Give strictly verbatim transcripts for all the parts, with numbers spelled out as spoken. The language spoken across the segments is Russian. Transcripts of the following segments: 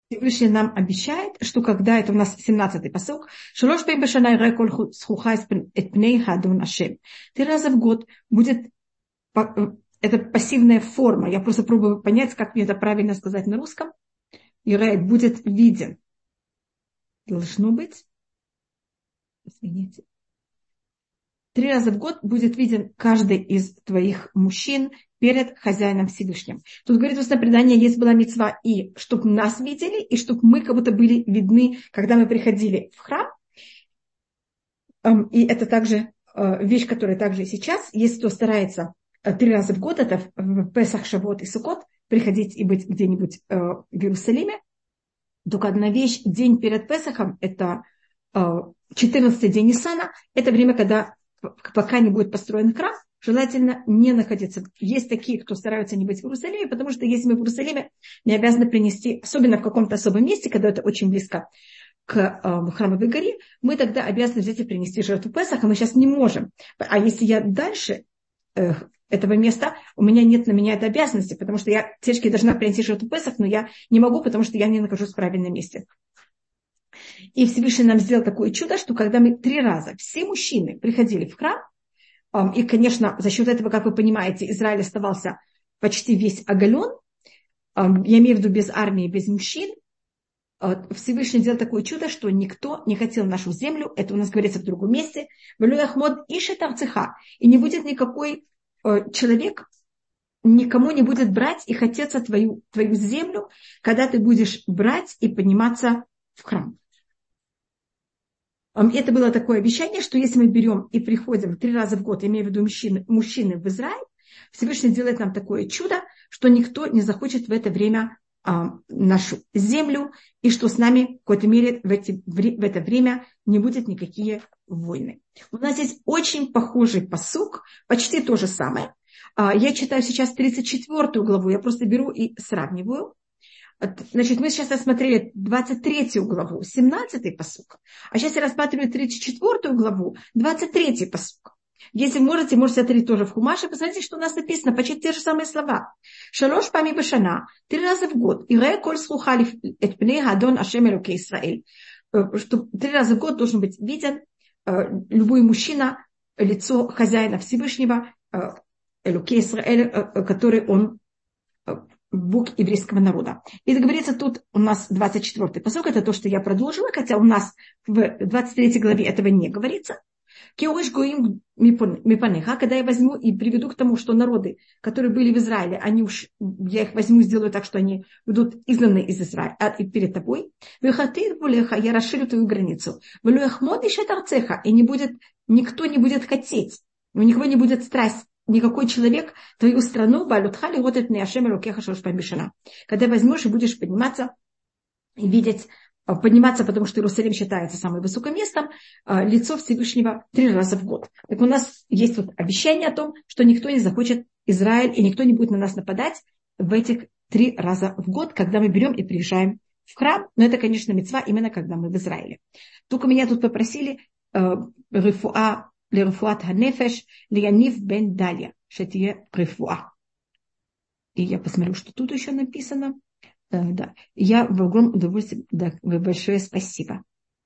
Всевышний нам обещает, что когда, это у нас семнадцатый пасук, «Шалош пэйм башана ирэ коль схуха эт пней хадон ашем». Три раза в год будет, это пассивная форма, я просто пробую понять, как мне это правильно сказать на русском. Ирэ будет виден. Должно быть, извините, три раза в год будет виден каждый из твоих мужчин перед хозяином Всевышним. Тут говорит, устное предание, есть была мицва, и чтобы нас видели, и чтобы мы как будто были видны, когда мы приходили в храм. И это также вещь, которая также и сейчас, если кто старается три раза в год, это в Песах, Шавот и Суккот, приходить и быть где-нибудь в Иерусалиме. Только одна вещь, день перед Песахом, это четырнадцатый день Ниссана, это время, когда пока не будет построен храм, желательно не находиться. Есть такие, кто стараются не быть в Иерусалиме, потому что если мы в Иерусалиме, не обязаны принести, особенно в каком-то особом месте, когда это очень близко к э, храмовой горе, мы тогда обязаны взять и принести жертву Песаха, мы сейчас не можем. А если я дальше э, этого места, у меня нет на меня этой обязанности, потому что я теперь должна принести жертву Песах, но я не могу, потому что я не нахожусь в правильном месте. И Всевышний нам сделал такое чудо, что когда мы три раза, все мужчины приходили в храм, и, конечно, за счет этого, как вы понимаете, Израиль оставался почти весь оголен, я имею в виду без армии, без мужчин, Всевышний сделал такое чудо, что никто не хотел нашу землю, это у нас говорится в другом месте, и не будет никакой человек, никому не будет брать и хотеться твою, твою землю, когда ты будешь брать и подниматься в храм. Это было такое обещание, что если мы берем и приходим три раза в год, имею в виду мужчины, мужчины в Израиль, Всевышний делает нам такое чудо, что никто не захочет в это время а, нашу землю, и что с нами в какой-то мере в, эти, в это время не будет никакие войны. У нас есть очень похожий пасук, почти то же самое. А, я читаю сейчас тридцать четвёртую главу, я просто беру и сравниваю. Значит, мы сейчас рассмотрели двадцать третью главу, семнадцатый пасук. А сейчас я рассматриваю тридцать четвёртую главу, двадцать третий пасук. Если можете, можете смотреть тоже в Хумаше. Посмотрите, что у нас написано, почти те же самые слова. Шалош пами башана, три раза в год. Ире коль слухали эт пней хадон ашем элокей Исраэль. Что три раза в год должен быть виден любой мужчина, лицо хозяина Всевышнего, элокей Исраэль, который он... Бог еврейского народа. И говорится тут у нас двадцать четвёртый пасук, это то, что я продолжила, хотя у нас в двадцать третьей главе этого не говорится. Когда я возьму и приведу к тому, что народы, которые были в Израиле, они уж, я их возьму и сделаю так, что они будут изгнаны из Израиля и перед тобой. Я расширю твою границу. И не будет, никто не будет хотеть, у никого не будет страсть. Никакой человек твою страну, когда возьмешь и будешь подниматься и видеть, подниматься, потому что Иерусалим считается самым высоким местом, лицо Всевышнего три раза в год. Так у нас есть вот обещание о том, что никто не захочет Израиль, и никто не будет на нас нападать в этих три раза в год, когда мы берем и приезжаем в храм. Но это, конечно, мицва именно когда мы в Израиле. Только меня тут попросили рефуа, лерефуат ханефеш, леянив бен Далья, шетие рефуа. И я посмотрю, что тут еще написано. Uh, да. Я в огромном удовольствии. Да, большое спасибо.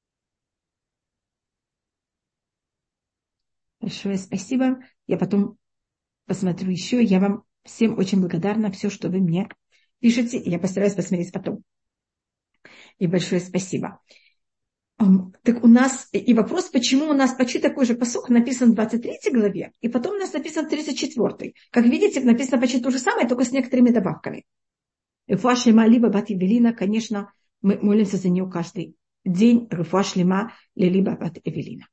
Большое спасибо. Я потом посмотрю еще. Я вам всем очень благодарна. Все, что вы мне пишете. Я постараюсь посмотреть потом. И большое спасибо. Um, так у нас, и вопрос, почему у нас почти такой же пасук написан в двадцать третьей главе, и потом у нас написан в тридцать четвёртой. Как видите, написано почти то же самое, только с некоторыми добавками. Рефуа шлема либо бат Эвелина, конечно, мы молимся за нее каждый день. Рефуа шлема либо бат Эвелина.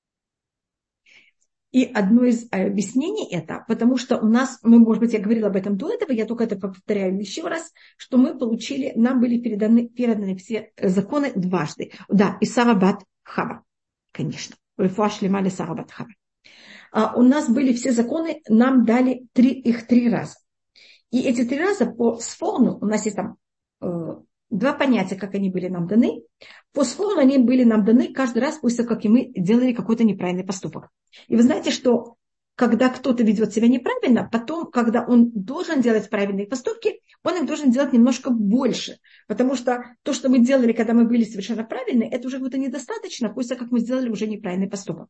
И одно из объяснений это, потому что у нас, ну, может быть, я говорила об этом до этого, я только это повторяю еще раз, что мы получили, нам были переданы, переданы все законы дважды. Да, и Сара бат Хава, конечно. Рефуа шлема ли Сара бат Хава. А у нас были все законы, нам дали три, их три раза. И эти три раза по сфорну, у нас есть там э, два понятия, как они были нам даны. По сфорну они были нам даны каждый раз, после того, как и мы делали какой-то неправильный поступок. И вы знаете, что когда кто-то ведет себя неправильно, потом, когда он должен делать правильные поступки, он их должен делать немножко больше. Потому что то, что мы делали, когда мы были совершенно правильны, это уже как-то недостаточно, после как мы сделали уже неправильный поступок.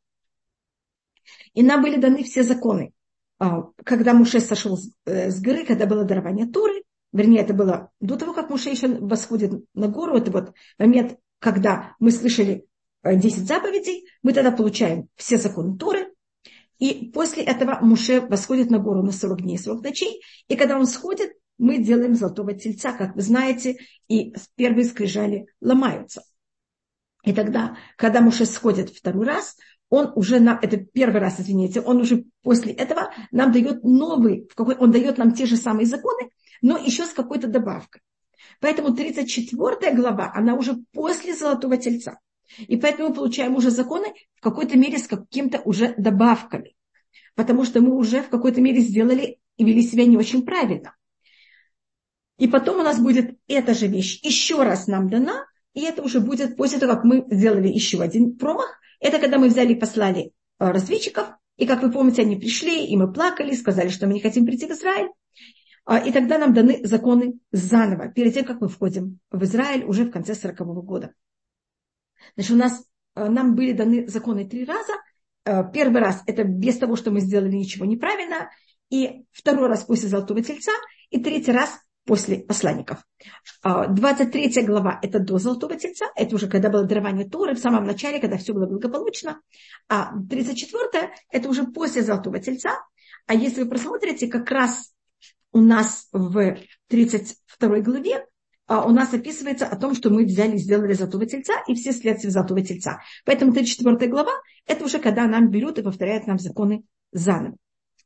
И нам были даны все законы. Когда Моше сошел с горы, когда было дарование Торы, вернее, это было до того, как Моше еще восходит на гору, это вот момент, когда мы слышали десять заповедей, мы тогда получаем все законы Торы, и после этого Моше восходит на гору на сорок дней, сорок ночей, и когда он сходит, мы делаем золотого тельца, как вы знаете, и первые скрижали ломаются. И тогда, когда Моше сходит второй раз, он уже нам, это первый раз, извините, он уже после этого нам дает новый, он дает нам те же самые законы, но еще с какой-то добавкой. Поэтому тридцать четвёртая глава, она уже после золотого тельца. И поэтому мы получаем уже законы в какой-то мере с какими-то уже добавками. Потому что мы уже в какой-то мере сделали и вели себя не очень правильно. И потом у нас будет эта же вещь еще раз нам дана, и это уже будет после того, как мы сделали еще один промах. Это когда мы взяли и послали разведчиков, и, как вы помните, они пришли, и мы плакали, сказали, что мы не хотим прийти в Израиль. И тогда нам даны законы заново, перед тем, как мы входим в Израиль уже в конце сорокового года. Значит, у нас, нам были даны законы три раза. Первый раз это без того, что мы сделали ничего неправильно. И второй раз после золотого тельца. И третий раз после посланников. двадцать третья глава это до золотого тельца. Это уже когда было дарование Торы, в самом начале, когда все было благополучно. А тридцать четвёртая это уже после золотого тельца. А если вы просмотрите, как раз у нас в тридцать второй главе у нас описывается о том, что мы взяли и сделали золотого тельца и все следствия золотого тельца. Поэтому тридцать четвёртая глава это уже когда нам берут и повторяют нам законы заново.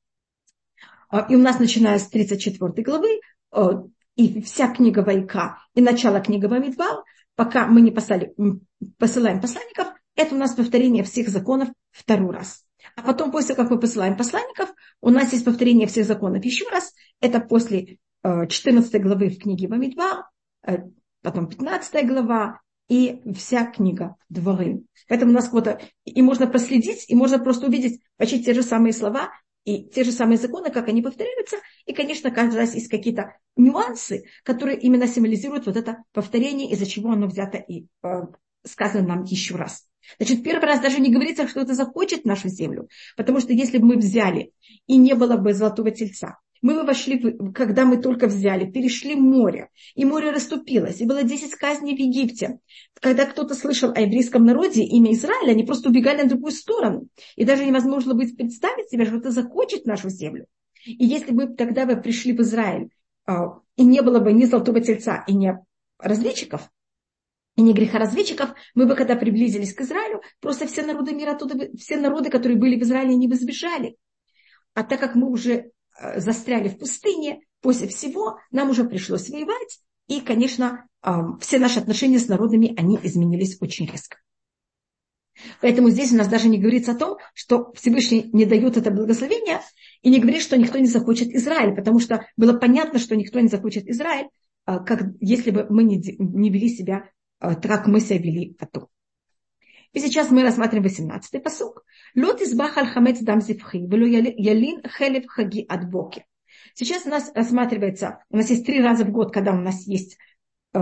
И у нас, начиная с тридцать четвёртой главы, и вся книга Вайка, и начало книги Бамидбар, пока мы не послали, посылаем посланников, это у нас повторение всех законов второй раз. А потом, после того, как мы посылаем посланников, у нас есть повторение всех законов еще раз. Это после четырнадцатой главы в книге Бамидбар, потом пятнадцатая глава и вся книга Дворим. Поэтому у нас вот и можно проследить, и можно просто увидеть почти те же самые слова и те же самые законы, как они повторяются. И, конечно, каждый раз есть какие-то нюансы, которые именно символизируют вот это повторение, из-за чего оно взято и э, сказано нам еще раз. Значит, первый раз даже не говорится, что это захочет нашу землю, потому что если бы мы взяли и не было бы золотого тельца, мы бы вошли, когда мы только взяли, перешли море, и море расступилось, и было десять казней в Египте. Когда кто-то слышал о еврейском народе, имя Израиля, они просто убегали на другую сторону. И даже невозможно будет представить себе, что это захочет нашу землю. И если бы тогда вы пришли в Израиль, и не было бы ни золотого тельца, и ни разведчиков, и не грехоразведчиков, мы бы, когда приблизились к Израилю, просто все народы мира, оттуда, все народы, которые были в Израиле, они бы сбежали. А так как мы уже застряли в пустыне, после всего нам уже пришлось воевать, и, конечно, все наши отношения с народами, они изменились очень резко. Поэтому здесь у нас даже не говорится о том, что Всевышний не дает это благословение, и не говорит, что никто не захочет Израиль, потому что было понятно, что никто не захочет Израиль, как, если бы мы не, не вели себя так, как мы себя вели потом. И сейчас мы рассматриваем восемнадцатый пасук. Лот избах аль хамец дам зивхи, вело ялин хелев хаги ад бокер. Сейчас у нас рассматривается, у нас есть три раза в год, когда у нас есть э,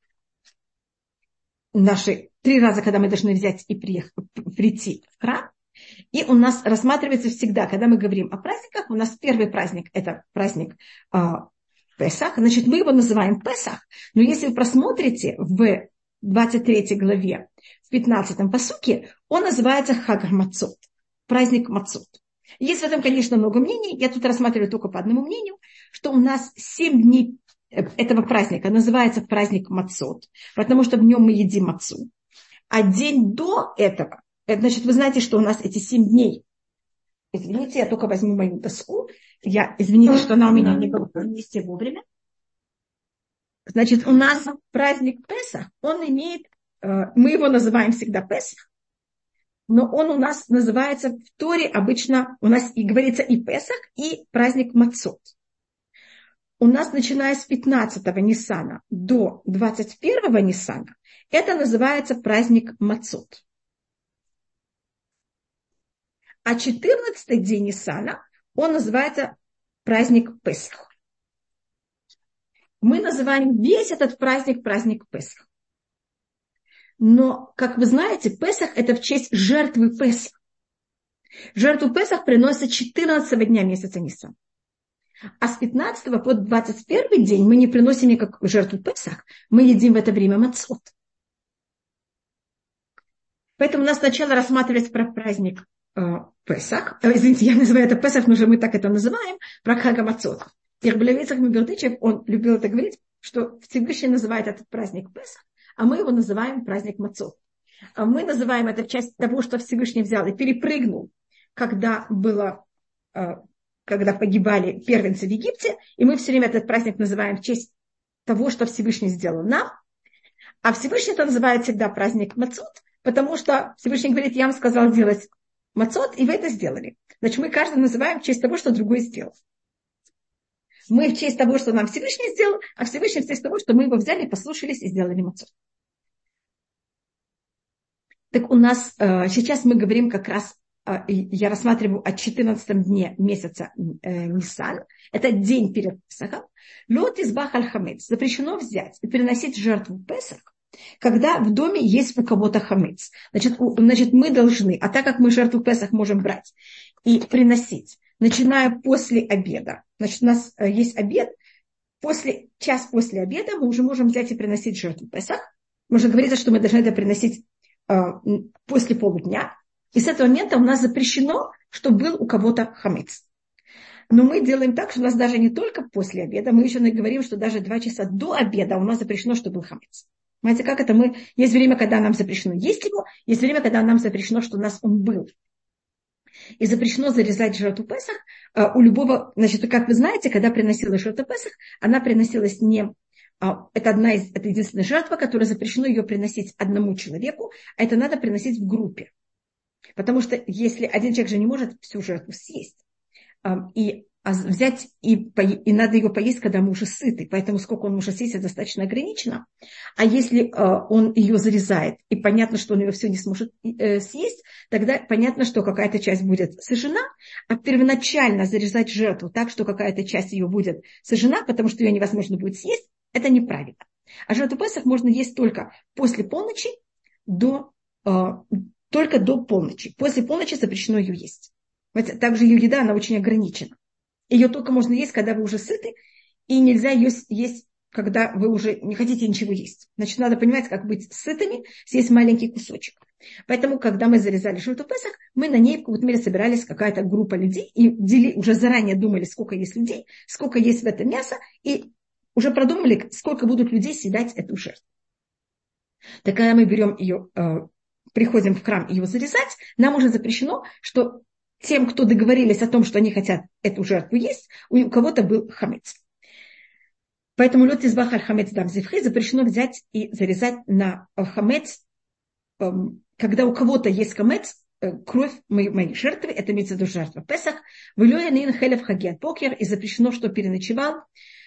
наши три раза, когда мы должны взять и приехать, прийти в храм. И у нас рассматривается всегда, когда мы говорим о праздниках, у нас первый праздник, это праздник э, Песах, значит, мы его называем Песах, но если вы просмотрите в двадцать третьей главе, в пятнадцатом пасуке, он называется Хаг Мацот, праздник Мацот. Есть в этом, конечно, много мнений, я тут рассматриваю только по одному мнению, что у нас семь дней этого праздника называется праздник Мацот, потому что в нем мы едим мацу. А день до этого, это значит, вы знаете, что у нас эти семь дней, извините, я только возьму мою доску, я, извините, что она у меня не была вместе вовремя. Значит, у нас праздник Песах, он имеет, мы его называем всегда Песах, но он у нас называется в Торе обычно, у нас и говорится и Песах, и праздник Мацот. У нас, начиная с пятнадцатого Ниссана до двадцать первого Ниссана, это называется праздник Мацот. А четырнадцатый день Ниссана, он называется праздник Песах. Мы называем весь этот праздник праздник Песах. Но, как вы знаете, Песах – это в честь жертвы Песах. Жертву Песах приносят четырнадцатого дня месяца Нисан. А с пятнадцатого по двадцать первый день мы не приносим никакую жертву Песах. Мы едим в это время мацот. Поэтому у нас сначала рассматривается про праздник э, Песах. Э, извините, я называю это Песах, но уже мы так это называем, про Хага Мацот. Ирблевицах Мебердычев, он любил это говорить, что Всевышний называет этот праздник Песах, а мы его называем праздник Мацот. А мы называем это в часть того, что Всевышний взял и перепрыгнул, когда было, когда погибали первенцы в Египте, и мы все время этот праздник называем в честь того, что Всевышний сделал нам. А Всевышний это называет всегда праздник Мацот, потому что Всевышний говорит, я вам сказал делать Мацот, и вы это сделали. Значит, мы каждый называем в честь того, что другой сделал. Мы в честь того, что нам Всевышний сделал, а Всевышний в честь того, что мы его взяли, послушались и сделали Мацот. Так у нас э, сейчас мы говорим как раз, э, я рассматриваю о четырнадцатом дне месяца э, Нисан. Это день перед Песахом. Лот избах аль-хамец. Запрещено взять и приносить жертву Песах, когда в доме есть у кого-то хамец. Значит, у, значит, мы должны, а так как мы жертву Песах можем брать и приносить, начиная после обеда. Значит, у нас э, есть обед. После, час после обеда мы уже можем взять и приносить жертву Песах. Можно говорить, что мы должны это приносить после полудня, и с этого момента у нас запрещено, что был у кого-то хамец. Но мы делаем так, что у нас даже не только после обеда, мы еще говорим, что даже два часа до обеда у нас запрещено, что был хамец. Понимаете, как это? Мы, есть время, когда нам запрещено есть его, есть время, когда нам запрещено, что у нас он был. И запрещено зарезать жертву Песах у любого, значит, как вы знаете, когда приносилась жертва Песах, она приносилась не... Это одна из, это единственная жертва, которая запрещено ее приносить одному человеку, а это надо приносить в группе. Потому что если один человек же не может всю жертву съесть, и взять, и, и надо ее поесть, когда мы уже сыты, поэтому сколько он может съесть, это достаточно ограничено. А если он ее зарезает, и понятно, что он ее все не сможет съесть, тогда понятно, что какая-то часть будет сожжена, а первоначально зарезать жертву так, что какая-то часть ее будет сожжена, потому что ее невозможно будет съесть, это неправильно. А жертву Песах можно есть только после полночи, до, э, только до полночи. После полночи запрещено ее есть. Также ее еда, она очень ограничена. Ее только можно есть, когда вы уже сыты, и нельзя ее есть, когда вы уже не хотите ничего есть. Значит, надо понимать, как быть сытыми, съесть маленький кусочек. Поэтому, когда мы зарезали жертву Песах, мы на ней в какой-то мере собирались какая-то группа людей, и дели, уже заранее думали, сколько есть людей, сколько есть в этом мяса, и уже продумали, сколько будут людей съедать эту жертву. Так когда мы берем ее, э, приходим в храм ее зарезать, нам уже запрещено, что тем, кто договорились о том, что они хотят эту жертву есть, у кого-то был хамец. Поэтому лот избах аль-хамец дам зевхи запрещено взять и зарезать на хамец, э, когда у кого-то есть хамец, э, кровь моей, моей жертвы, это имеется в виду жертва Песах, вылёя нин хелев хагет покер, и запрещено, что переночевал.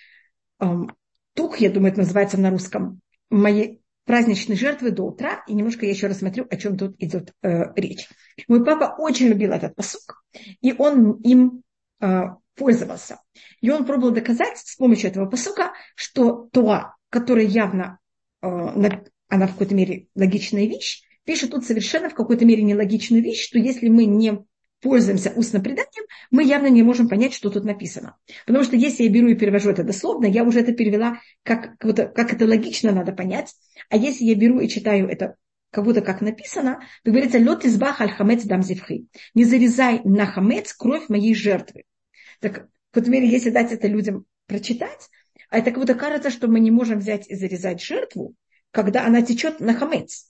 Тух, я думаю, это называется на русском, мои праздничные жертвы до утра. И немножко я еще раз смотрю, о чем тут идет э, речь. Мой папа очень любил этот пасук, и он им э, пользовался. И он пробовал доказать с помощью этого пасука, что Тоа, которая явно, э, она в какой-то мере логичная вещь, пишет тут совершенно в какой-то мере нелогичную вещь, что если мы не пользуемся устным преданием, мы явно не можем понять, что тут написано. Потому что если я беру и перевожу это дословно, я уже это перевела, как, как это логично надо понять. А если я беру и читаю это как будто как написано, то говорится «Лот избах аль-хамец дам зевхи». Не зарезай на хамец кровь моей жертвы. Так, в какой-то мере, если дать это людям прочитать, а это как будто кажется, что мы не можем взять и зарезать жертву, когда она течет на хамец.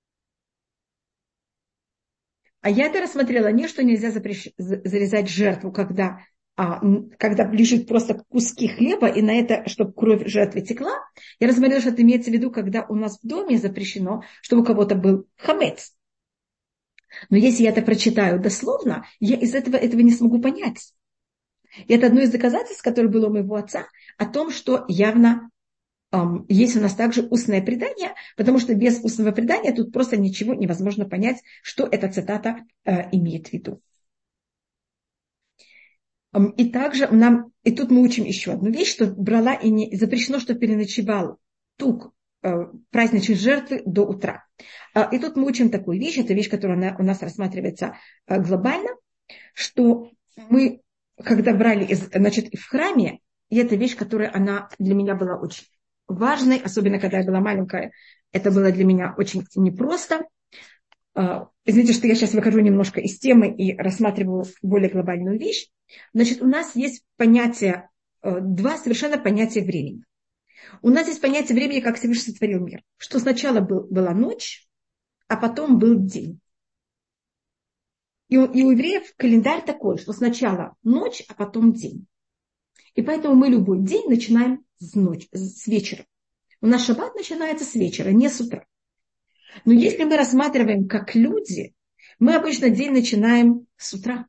А я это рассмотрела не, что нельзя запрещ... зарезать жертву, когда, а, когда лежит просто куски хлеба, и на это, чтобы кровь жертвы текла. Я рассмотрела, что это имеется в виду, когда у нас в доме запрещено, чтобы у кого-то был хамец. Но если я это прочитаю дословно, я из этого этого не смогу понять. И это одно из доказательств, которое было у моего отца, о том, что явно Um, есть у нас также устное предание, потому что без устного предания тут просто ничего невозможно понять, что эта цитата uh, имеет в виду. И также нам, и тут мы учим еще одну вещь, что брала и не запрещено, что переночевал тук праздничной жертвы до утра. И тут мы учим такую вещь, это вещь, которая у нас рассматривается глобально, что мы, когда брали, из, значит, в храме, и эта вещь, которая она для меня была очень важной, особенно когда я была маленькая, это было для меня очень непросто. Извините, что я сейчас выхожу немножко из темы и рассматриваю более глобальную вещь. Значит, у нас есть понятие, два совершенно понятия времени. У нас есть понятие времени, как Всевышний сотворил мир. Что сначала был, была ночь, а потом был день. И у, и у евреев календарь такой, что сначала ночь, а потом день. И поэтому мы любой день начинаем с ночи, с вечера. У нас шаббат начинается с вечера, не с утра. Но если мы рассматриваем как люди, мы обычно день начинаем с утра.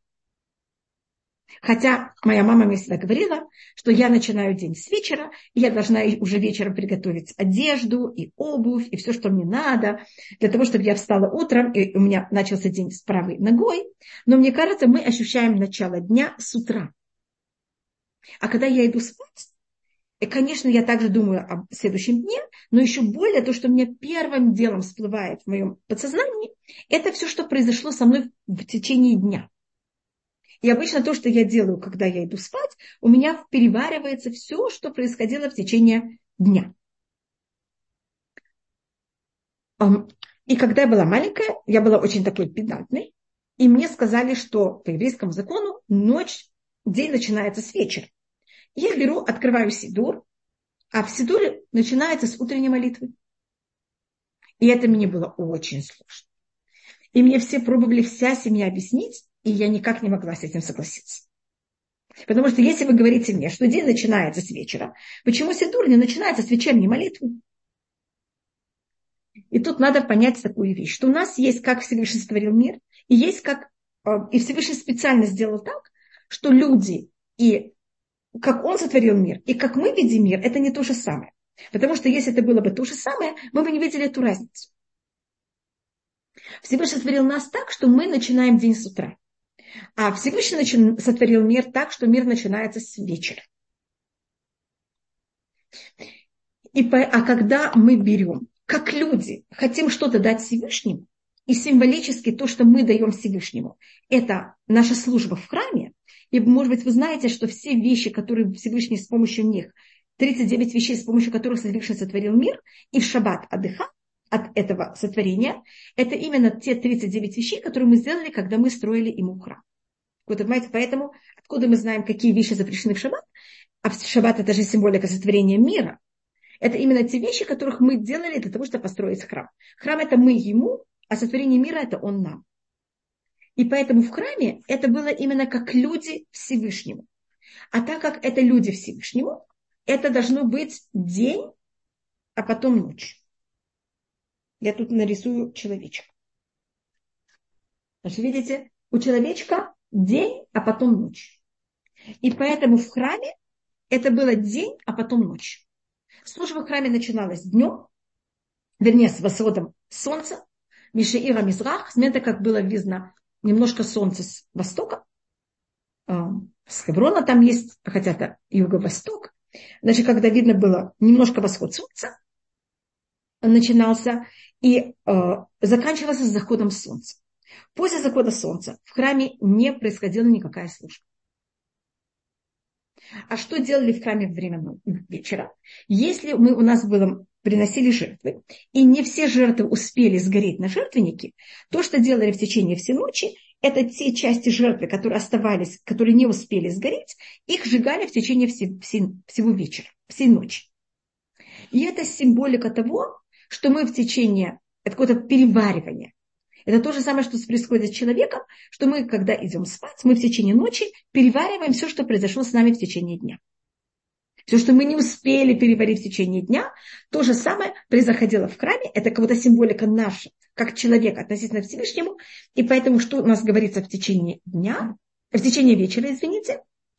Хотя моя мама мне всегда говорила, что я начинаю день с вечера, и я должна уже вечером приготовить одежду и обувь, и все, что мне надо, для того, чтобы я встала утром, и у меня начался день с правой ногой. Но мне кажется, мы ощущаем начало дня с утра. А когда я иду спать, и, конечно, я также думаю о следующем дне, но еще более то, что мне первым делом всплывает в моем подсознании, это все, что произошло со мной в течение дня. И обычно то, что я делаю, когда я иду спать, у меня переваривается все, что происходило в течение дня. И когда я была маленькая, я была очень такой педантной, и мне сказали, что по еврейскому закону ночь, день начинается с вечера. Я беру, открываю сидур, а в сидуре начинается с утренней молитвы. И это мне было очень сложно. И мне все пробовали, вся семья объяснить, и я никак не могла с этим согласиться. Потому что если вы говорите мне, что день начинается с вечера, почему сидур не начинается с вечерней молитвы? И тут надо понять такую вещь, что у нас есть, как Всевышний сотворил мир, и есть как, и Всевышний специально сделал так, что люди и как он сотворил мир, и как мы видим мир, это не то же самое. Потому что если это было бы то же самое, мы бы не видели эту разницу. Всевышний сотворил нас так, что мы начинаем день с утра. А Всевышний сотворил мир так, что мир начинается с вечера. И по, а когда мы берем, как люди, хотим что-то дать Всевышнему, и символически то, что мы даем Всевышнему, это наша служба в храме. И, может быть, вы знаете, что все вещи, которые Всевышний с помощью них, тридцать девять вещей, с помощью которых Всевышний сотворил мир, и в шаббат отдыхал от этого сотворения, это именно те тридцать девять вещей, которые мы сделали, когда мы строили ему храм. Вот, понимаете, поэтому, откуда мы знаем, какие вещи запрещены в шаббат? А в шаббат это же символика сотворения мира. Это именно те вещи, которых мы делали для того, чтобы построить храм. Храм это мы ему, а сотворение мира это он нам. И поэтому в храме это было именно как люди Всевышнему. А так как это люди Всевышнему, это должно быть день, а потом ночь. Я тут нарисую человечка. Значит, видите, у человечка день, а потом ночь. И поэтому в храме это было день, а потом ночь. Служба в храме начиналась днем, вернее, с восходом солнца, Мишеира Мизрах, с момента, как было видно немножко солнца с востока, с Хеврона там есть, хотя это юго-восток. Значит, когда видно было немножко восход солнца, начинался и э, заканчивался с заходом солнца. После захода солнца в храме не происходила никакая служба. А что делали в храме в время вечера? Если мы, у нас было, приносили жертвы, и не все жертвы успели сгореть на жертвеннике, то, что делали в течение всей ночи, это те части жертвы, которые оставались, которые не успели сгореть, их сжигали в течение всей, всей, всего вечера, всей ночи. И это символика того, что мы в течение, это какое-то переваривание. Это то же самое, что происходит с человеком, что мы, когда идем спать, мы в течение ночи перевариваем все, что произошло с нами в течение дня. Все, что мы не успели переварить в течение дня, то же самое происходило в храме. Это какая-то символика наша, как человека относительно к Всевышнему. И поэтому, что у нас говорится в течение дня, в течение вечера, извините,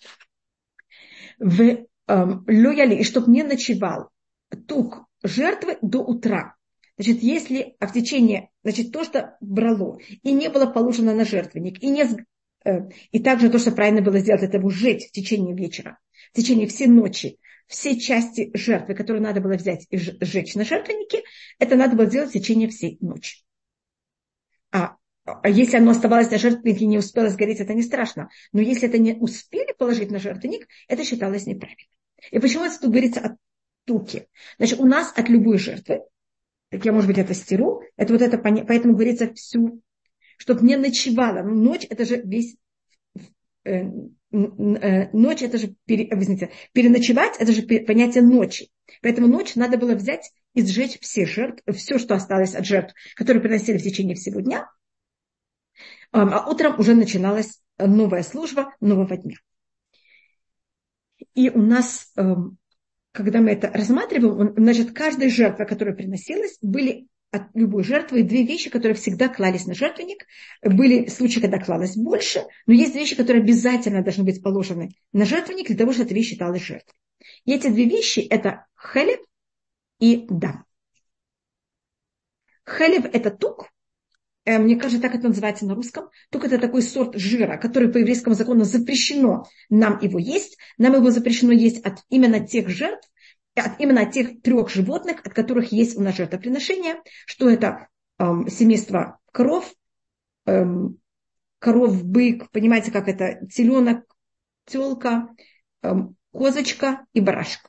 в эм, лояли, и чтобы не ночевал тук жертвы до утра. Значит, если а в течение, значит, то, что брало, и не было положено на жертвенник, и не И также то, что правильно было сделать, это его сжечь в течение вечера, в течение всей ночи. Все части жертвы, которые надо было взять и сжечь на жертвеннике, это надо было сделать в течение всей ночи. А, а если оно оставалось на жертвеннике и не успело сгореть, это не страшно. Но если это не успели положить на жертвенник, это считалось неправильно. И почему это тут говорится о туке? Значит, у нас от любой жертвы, так я, может быть, это стиру, это вот это, поэтому говорится всю, чтобы не ночевала. Ночь, это же весь... Э, Ночь, это же, пере, извините, переночевать, это же понятие ночи. Поэтому ночь надо было взять и сжечь все жертвы, все, что осталось от жертв, которые приносили в течение всего дня. А утром уже начиналась новая служба нового дня. И у нас, когда мы это рассматриваем, значит, каждая жертва, которая приносилась, были от любой жертвы две вещи, которые всегда клались на жертвенник. Были случаи, когда клалось больше, но есть вещи, которые обязательно должны быть положены на жертвенник для того, чтобы эта вещь считалась жертвой. И эти две вещи – это хелев и дам. Хелев – это тук. Мне кажется, так это называется на русском. Тук – это такой сорт жира, который по еврейскому закону запрещено нам его есть. Нам его запрещено есть от именно тех жертв, от именно от тех трех животных, от которых есть у нас жертвоприношение, что это эм, семейство коров, эм, коров, бык, понимаете, как это, теленок, телка, эм, козочка и барашка.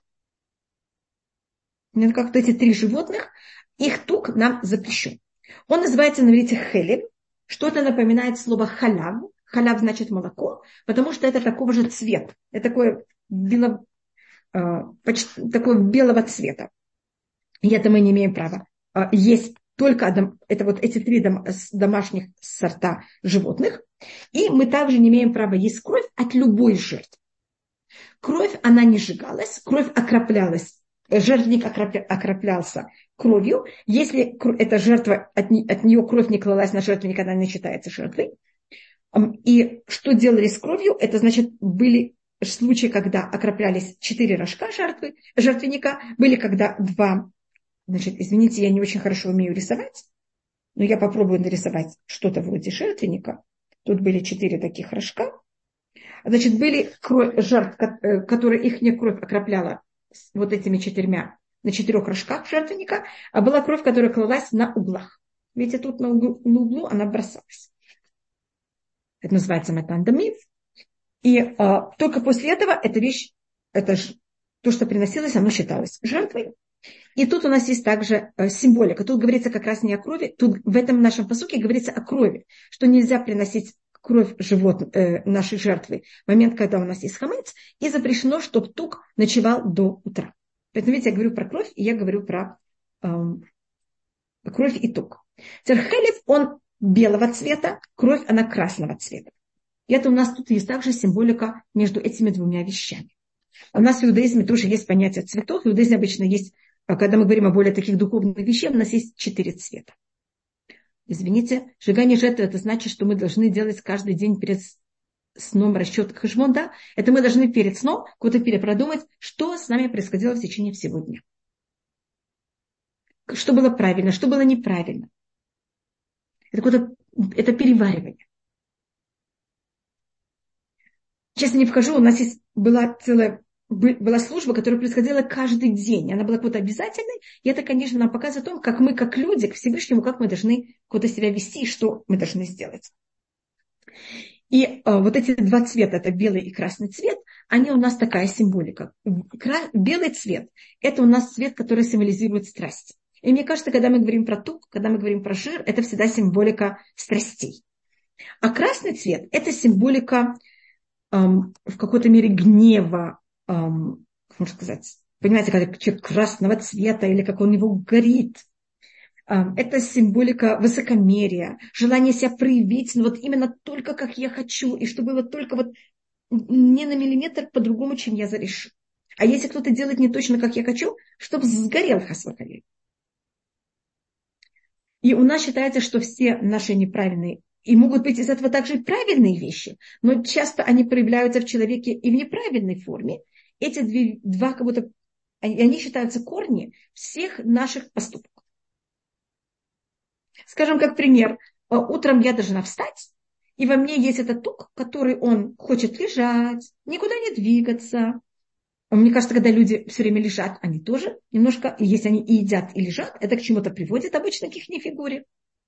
Это как-то эти три животных, их тук нам запрещен. Он называется на иврите хелев, что-то напоминает слово халяв. Халяв значит молоко, потому что это такого же цвета, это такое бело, почти такого белого цвета. И это мы не имеем права. Есть только это вот эти три домашних сорта животных. И мы также не имеем права есть кровь от любой жертвы. Кровь, она не сжигалась, кровь окроплялась, жертвенник окроплялся кровью. Если эта жертва, от нее кровь не клалась на жертвенник, она не считается жертвой. И что делали с кровью, это значит были случаи, когда окроплялись четыре рожка жертвы, жертвенника, были когда два, значит, извините, я не очень хорошо умею рисовать, но я попробую нарисовать что-то вроде жертвенника. Тут были четыре таких рожка. Значит, были кровь, жертв, которые их не кровь окропляла вот этими четырьмя, на четырех рожках жертвенника, а была кровь, которая клалась на углах. Видите, тут на углу, на углу она бросалась. Это называется матандамив. И а, только после этого эта вещь, это ж, то, что приносилось, оно считалось жертвой. И тут у нас есть также а, символика. Тут говорится как раз не о крови. Тут в этом нашем пасуке говорится о крови. Что нельзя приносить кровь живот, э, нашей жертвы в момент, когда у нас есть хамец. И запрещено, чтобы тук ночевал до утра. Поэтому, видите, я говорю про кровь, и я говорю про э, кровь и тук. Хелев, он белого цвета, кровь, она красного цвета. И это у нас тут есть также символика между этими двумя вещами. У нас в иудаизме тоже есть понятие цветов. В иудаизме обычно есть, когда мы говорим о более таких духовных вещах, у нас есть четыре цвета. Извините, сжигание жертвы, это значит, что мы должны делать каждый день перед сном расчет хэшбон, да? Это мы должны перед сном куда-то перепродумать, что с нами происходило в течение всего дня. Что было правильно, что было неправильно. Это, куда-то, это переваривание. Сейчас я не вхожу, у нас есть, была целая была служба, которая происходила каждый день. Она была какой-то обязательной. И это, конечно, нам показывает о том, как мы, как люди, к Всевышнему, как мы должны куда-то себя вести и что мы должны сделать. И а, вот эти два цвета, это белый и красный цвет, они у нас такая символика. Кра- белый цвет – это у нас цвет, который символизирует страсть. И мне кажется, когда мы говорим про тук, когда мы говорим про жир, это всегда символика страстей. А красный цвет – это символика эм, в какой-то мере гнева, эм, как можно сказать, понимаете, когда человек красного цвета или как он его горит. Эм, это символика высокомерия, желание себя проявить, но вот именно только как я хочу, и чтобы было только вот не на миллиметр по-другому, чем я зарешу. А если кто-то делает не точно, как я хочу, чтобы сгорел хасвахалиль. И у нас считается, что все наши неправильные, и могут быть из этого также и правильные вещи, но часто они проявляются в человеке и в неправильной форме. Эти две, два, как будто, они, они считаются корни всех наших поступков. Скажем, как пример, утром я должна встать И во мне есть этот тук, который он хочет лежать, никуда не двигаться. Мне кажется, когда люди все время лежат, они тоже немножко, если они и едят, и лежат, это к чему-то приводит обычно к их фигуре.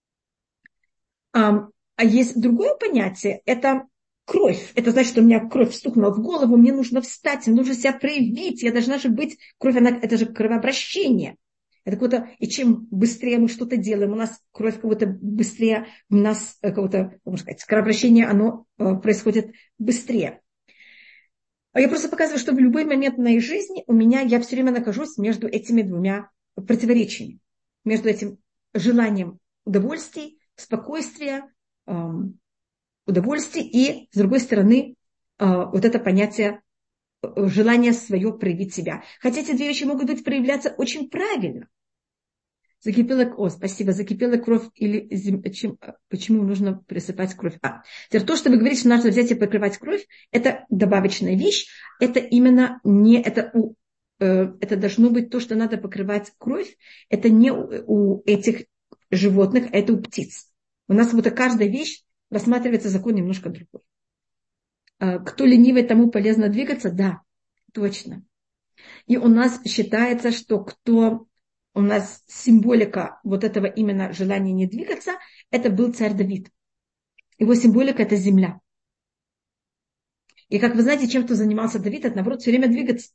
А, а есть другое понятие, это кровь. Это значит, что у меня кровь стукнула в голову, мне нужно встать, мне нужно себя проявить, я должна же быть, кровь, она, это же кровообращение. Это какое-то, и чем быстрее мы что-то делаем, у нас кровь как будто быстрее, у нас какое-то, можно сказать, кровообращение, оно происходит быстрее. А я просто показываю, что в любой момент моей жизни у меня, я все время нахожусь между этими двумя противоречиями. Между этим желанием удовольствий, спокойствия, эм, удовольствий и, с другой стороны, э, вот это понятие э, желания свое проявить себя. Хотя эти две вещи могут быть проявляться очень правильно. Закипела, о, спасибо, закипела кровь или зем... Чем, почему нужно присыпать кровь? А, теперь то, что вы говорите, что нужно взять и покрывать кровь, это добавочная вещь, это именно не, это, у, э, это должно быть то, что надо покрывать кровь, это не у, у этих животных, это у птиц. У нас вот каждая вещь рассматривается закон немножко другой. А, кто ленивый, тому полезно двигаться? Да, точно. И у нас считается, что кто... У нас символика вот этого именно желания не двигаться, это был царь Давид. Его символика – это земля. И как вы знаете, чем-то занимался Давид, это, наоборот, все время двигаться.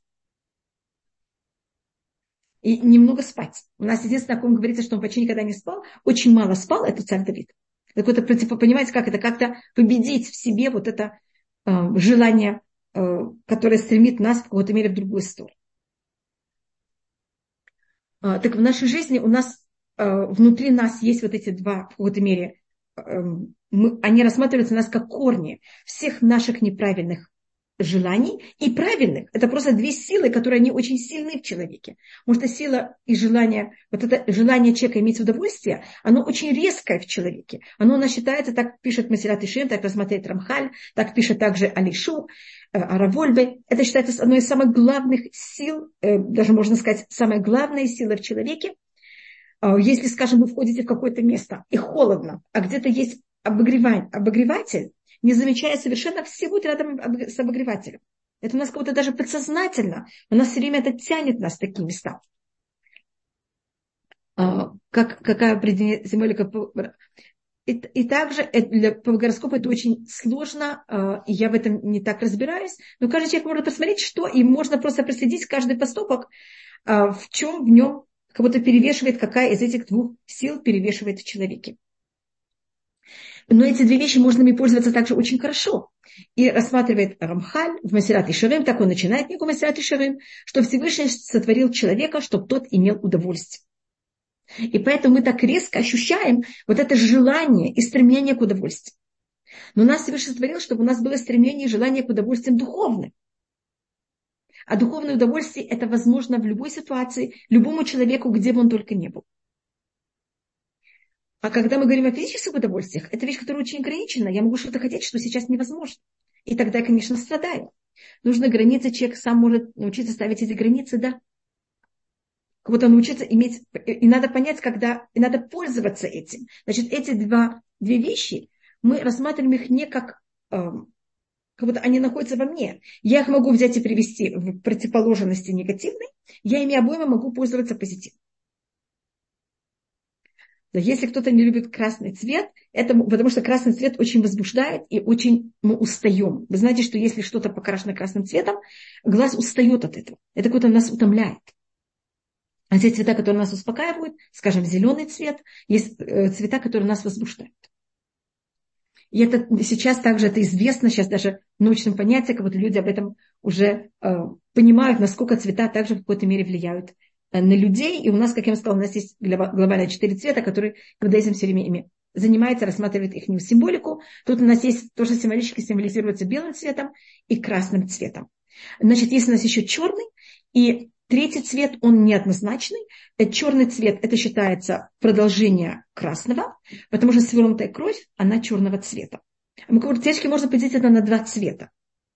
И немного спать. У нас единственное, о ком говорится, что он почти никогда не спал, очень мало спал, это царь Давид. Так вот, понимаете, как это? Как-то победить в себе вот это э, желание, э, которое стремит нас в какой-то мере в другую сторону. Так в нашей жизни у нас, внутри нас есть вот эти два, в какой-то мере, мы, они рассматриваются у нас как корни всех наших неправильных желаний и правильных. Это просто две силы, которые они очень сильны в человеке. Потому что сила и желание, вот это желание человека иметь удовольствие, оно очень резкое в человеке. Оно у нас считается, так пишет Масилат Ишим, так рассматривает Рамхаль, так пишет также Алишу, Аравольбе. Это считается одной из самых главных сил, даже можно сказать, самая главная сила в человеке. Если, скажем, вы входите в какое-то место и холодно, а где-то есть обогреватель, не замечая совершенно, все будут рядом с обогревателем. Это у нас как будто даже подсознательно. У нас все время это тянет нас в такие места. Как, какая определение символика? И, и также для, по гороскопу это очень сложно, и я в этом не так разбираюсь. Но каждый человек может посмотреть, что, и можно просто проследить каждый поступок, в чем в нем как будто перевешивает, какая из этих двух сил перевешивает в человеке. Но эти две вещи можно ими пользоваться также очень хорошо. И рассматривает Рамхаль в Масилат Ишарим, так он начинает книгу Масилат Ишарим, что Всевышний сотворил человека, чтобы тот имел удовольствие. И поэтому мы так резко ощущаем вот это желание и стремление к удовольствию. Но нас Всевышний сотворил, чтобы у нас было стремление и желание к удовольствиям духовным. А духовное удовольствие – это возможно в любой ситуации, любому человеку, где бы он только ни был. А когда мы говорим о физических удовольствиях, это вещь, которая очень ограничена. Я могу что-то хотеть, что сейчас невозможно. И тогда я, конечно, страдаю. Нужно границы, человек сам может научиться ставить эти границы, да. Как будто научиться иметь, и надо понять, когда, и надо пользоваться этим. Значит, эти два, две вещи, мы рассматриваем их не как, э, как будто они находятся во мне. Я их могу взять и привести в противоположности негативной, я ими обоими могу пользоваться позитивно. Если кто-то не любит красный цвет, это потому что красный цвет очень возбуждает и очень мы устаем. Вы знаете, что если что-то покрашено красным цветом, глаз устает от этого. Это как-то нас утомляет. А те цвета, которые нас успокаивают, скажем, зеленый цвет, есть цвета, которые нас возбуждают. И это сейчас также это известно, сейчас даже в научном понятии, как будто люди об этом уже э, понимают, насколько цвета также в какой-то мере влияют на людей. И у нас, как я вам сказала, у нас есть глобально четыре цвета, которые, когда этим все время ими занимается, рассматривает их символику. Тут у нас есть тоже символически символизируется белым цветом и красным цветом. Значит, есть у нас еще черный, и третий цвет, он неоднозначный. Черный цвет, это считается продолжение красного, потому что свернутая кровь, она черного цвета. Теоретически можно поделить это на два цвета.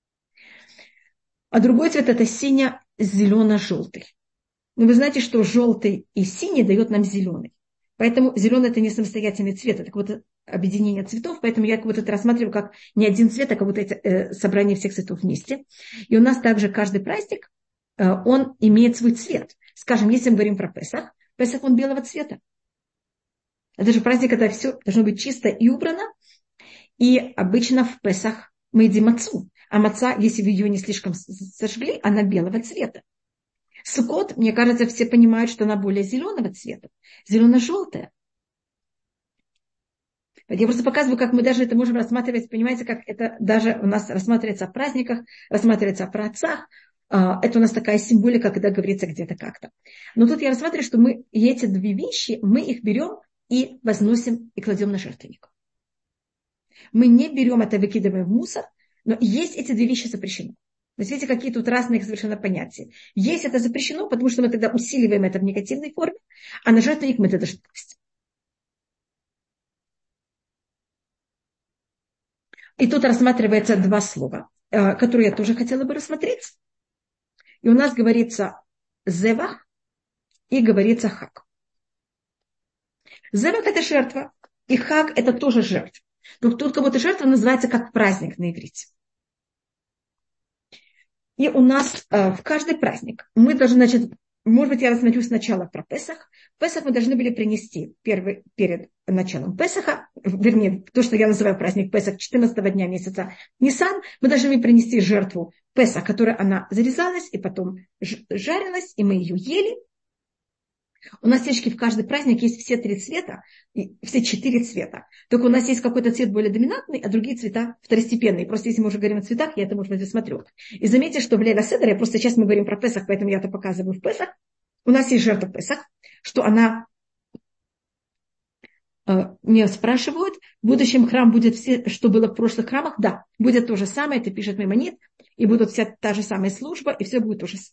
А другой цвет, это сине-зелено-желтый. Но вы знаете, что желтый и синий дает нам зеленый. Поэтому зеленый – это не самостоятельный цвет, это как будто объединение цветов, поэтому я как будто это рассматриваю как не один цвет, а как будто это э, собрание всех цветов вместе. И у нас также каждый праздник, э, он имеет свой цвет. Скажем, если мы говорим про Песах, Песах он белого цвета. Это же праздник, когда все должно быть чисто и убрано. И обычно в Песах мы едим мацу. А маца, если вы ее не слишком сожгли, она белого цвета. Суккот, мне кажется, все понимают, что она более зеленого цвета. Зелено-желтая. Я просто показываю, как мы даже это можем рассматривать, понимаете, как это даже у нас рассматривается о праздниках, рассматривается о праотцах. Это у нас такая символика, когда говорится где-то как-то. Но тут я рассматриваю, что мы и эти две вещи, мы их берем и возносим и кладем на жертвенник. Мы не берем это, выкидываем в мусор, но есть эти две вещи запрещены. Вы видите, какие тут разные совершенно понятия. Есть это запрещено, потому что мы тогда усиливаем это в негативной форме, а на жертвенник мы это должны класть. И тут рассматривается два слова, которые я тоже хотела бы рассмотреть. И у нас говорится зевах и говорится хак. Зевах – это жертва, и хак – это тоже жертва. Но тут как будто жертва называется как праздник на иврите. И у нас э, в каждый праздник мы должны, значит, может быть, я рассмотрю сначала про Песах. Песах мы должны были принести первый, перед началом Песаха, вернее, то, что я называю праздник Песах, четырнадцатого дня месяца Нисан, мы должны были принести жертву Песах, которая она зарезалась и потом жарилась, и мы ее ели. У нас, девочки, в каждый праздник есть все три цвета, все четыре цвета. Только у нас есть какой-то цвет более доминантный, а другие цвета второстепенные. Просто если мы уже говорим о цветах, я это, может быть, рассмотрю. И заметьте, что в Лейла Седер, просто сейчас мы говорим про Песах, поэтому я это показываю в Песах. У нас есть жертва Песах, что она, э, меня спрашивают, в будущем храм будет все, что было в прошлых храмах? Да, будет то же самое, это пишет Маймонид, и будет вся та же самая служба, и все будет то же самое.